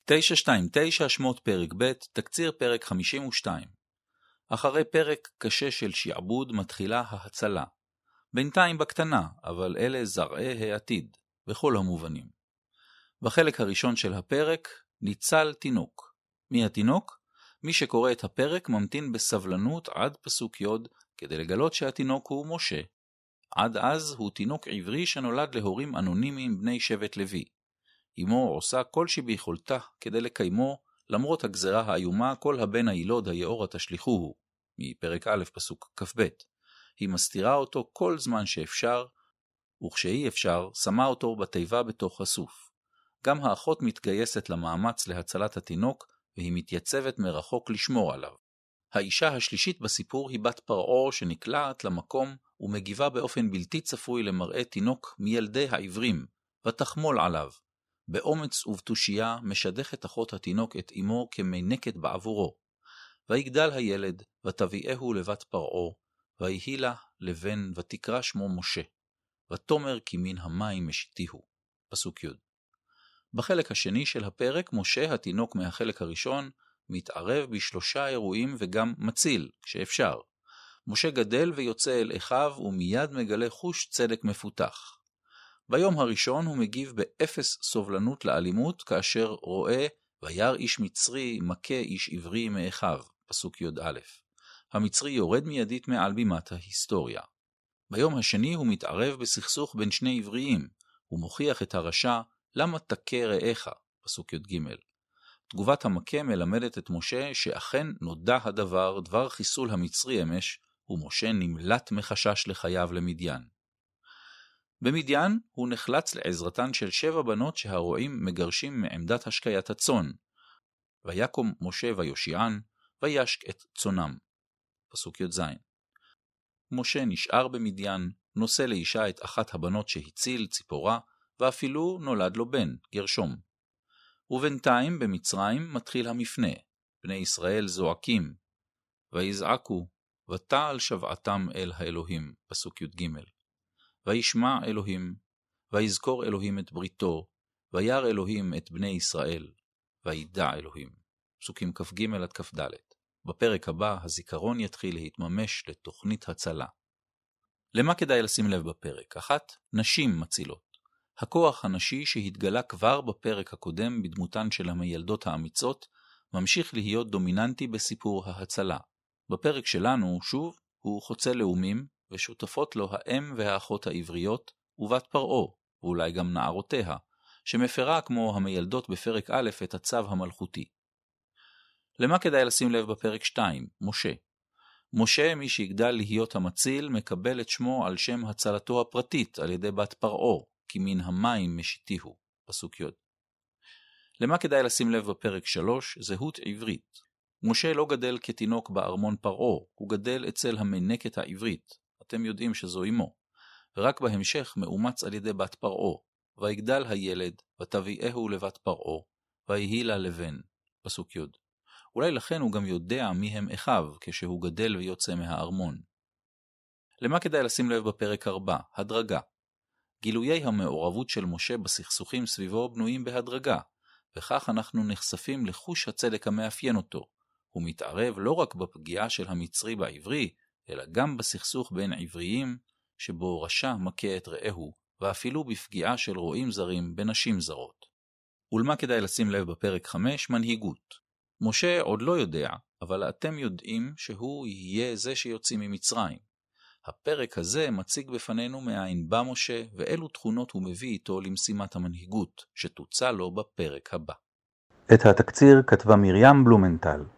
929 שמות פרק ב', תקציר פרק 52. אחרי פרק קשה של שעבוד מתחילה ההצלה. בינתיים בקטנה, אבל אלה זרעי העתיד, בכל המובנים. בחלק הראשון של הפרק ניצל תינוק. מי התינוק? מי שקורא את הפרק ממתין בסבלנות עד פסוק י' כדי לגלות שהתינוק הוא משה. עד אז הוא תינוק עברי שנולד להורים אנונימיים בני שבט לוי. אמו עושה כל שביכולתה כדי לקיימו, למרות הגזרה האיומה כל הבן הילוד היאורה תשליחוהו, מפרק א' פסוק כ"ב. היא מסתירה אותו כל זמן שאפשר, וכשאי אפשר, שמה אותו בתיבה בתוך הסוף. גם האחות מתגייסת למאמץ להצלת התינוק, והיא מתייצבת מרחוק לשמור עליו. האישה השלישית בסיפור היא בת פרעה שנקלעת למקום ומגיבה באופן בלתי צפוי למראה תינוק מילדי העברים, ותחמול עליו. באומץ ובתושייה משדכת אחות התינוק את אמו כמינקת בעבורו. ויגדל הילד, ותביאהו לבת פרעה, ויהי לה לבן, ותקרא שמו משה. ותאמר כי מן המים משיתיהו. פסוק י'. בחלק השני של הפרק, משה התינוק מהחלק הראשון, מתערב בשלושה אירועים וגם מציל, כשאפשר. משה גדל ויוצא אל אחיו, ומיד מגלה חוש צדק מפותח. ביום הראשון הוא מגיב באפס סובלנות לאלימות, כאשר רואה וירא איש מצרי מכה איש עברי מאחיו, פסוק י"א. המצרי יורד מיידית מעל בימת ההיסטוריה. ביום השני הוא מתערב בסכסוך בין שני עבריים, הוא מוכיח את הרשע, למה תכה רעך, פסוק י"ג. תגובת המכה מלמדת את משה שאכן נודע הדבר, דבר חיסול המצרי אמש, ומשה נמלט מחשש לחייו למדיין. במדיין הוא נחלץ לעזרתן של 7 בנות שהרועים מגרשים מעמדת השקיית הצאן. ויקום משה ויושיען, וישק את צונם. פסוק י"ז. משה נשאר במדיין, נושא לאישה את אחת הבנות שהציל, ציפורה, ואפילו נולד לו בן, גרשום. ובינתיים במצרים מתחיל המפנה. בני ישראל זועקים, ויזעקו, ותעל שבעתם אל האלוהים. פסוק י"ג. וישמע אלוהים, ויזכור אלוהים את בריתו, וירא אלוהים את בני ישראל, וידע אלוהים. פסוקים כ"ג עד כ"ד. בפרק הבא הזיכרון יתחיל להתממש לתוכנית הצלה. למה כדאי לשים לב בפרק? 1. נשים מצילות. הכוח הנשי שהתגלה כבר בפרק הקודם בדמותן של המילדות האמיצות, ממשיך להיות דומיננטי בסיפור ההצלה. בפרק שלנו, שוב, הוא חוצה לאומים, ושותפות לו האם והאחות העבריות, ובת פרעה, ואולי גם נערותיה, שמפרה כמו המילדות בפרק א' את הצו המלכותי. למה כדאי לשים לב בפרק 2? משה. משה, מי שיגדל להיות המציל, מקבל את שמו על שם הצלתו הפרטית על ידי בת פרעה, כי מן המים משיתיהו. פסוק י'. למה כדאי לשים לב בפרק 3? זהות עברית. משה לא גדל כתינוק בארמון פרעה, הוא גדל אצל המינקת העברית. אתם יודעים שזו אמו. ורק בהמשך מאומץ על ידי בת פרעה. ויגדל הילד, ותביאהו לבת פרעה, ויהי לה לבן. פסוק י'. אולי לכן הוא גם יודע מי הם אחיו, כשהוא גדל ויוצא מהארמון. למה כדאי לשים לב בפרק 4? הדרגה. גילויי המעורבות של משה בסכסוכים סביבו בנויים בהדרגה, וכך אנחנו נחשפים לחוש הצדק המאפיין אותו. הוא מתערב לא רק בפגיעה של המצרי בעברי, אלא גם בסכסוך בין עבריים, שבו רשע מכה את רעהו, ואפילו בפגיעה של רועים זרים בנשים זרות. ולמה כדאי לשים לב בפרק 5? מנהיגות. משה עוד לא יודע, אבל אתם יודעים שהוא יהיה זה שיוצא ממצרים. הפרק הזה מציג בפנינו מאין בא משה, ואילו תכונות הוא מביא איתו למשימת המנהיגות, שתוצא לו בפרק הבא. את התקציר כתבה מרים בלומנטל.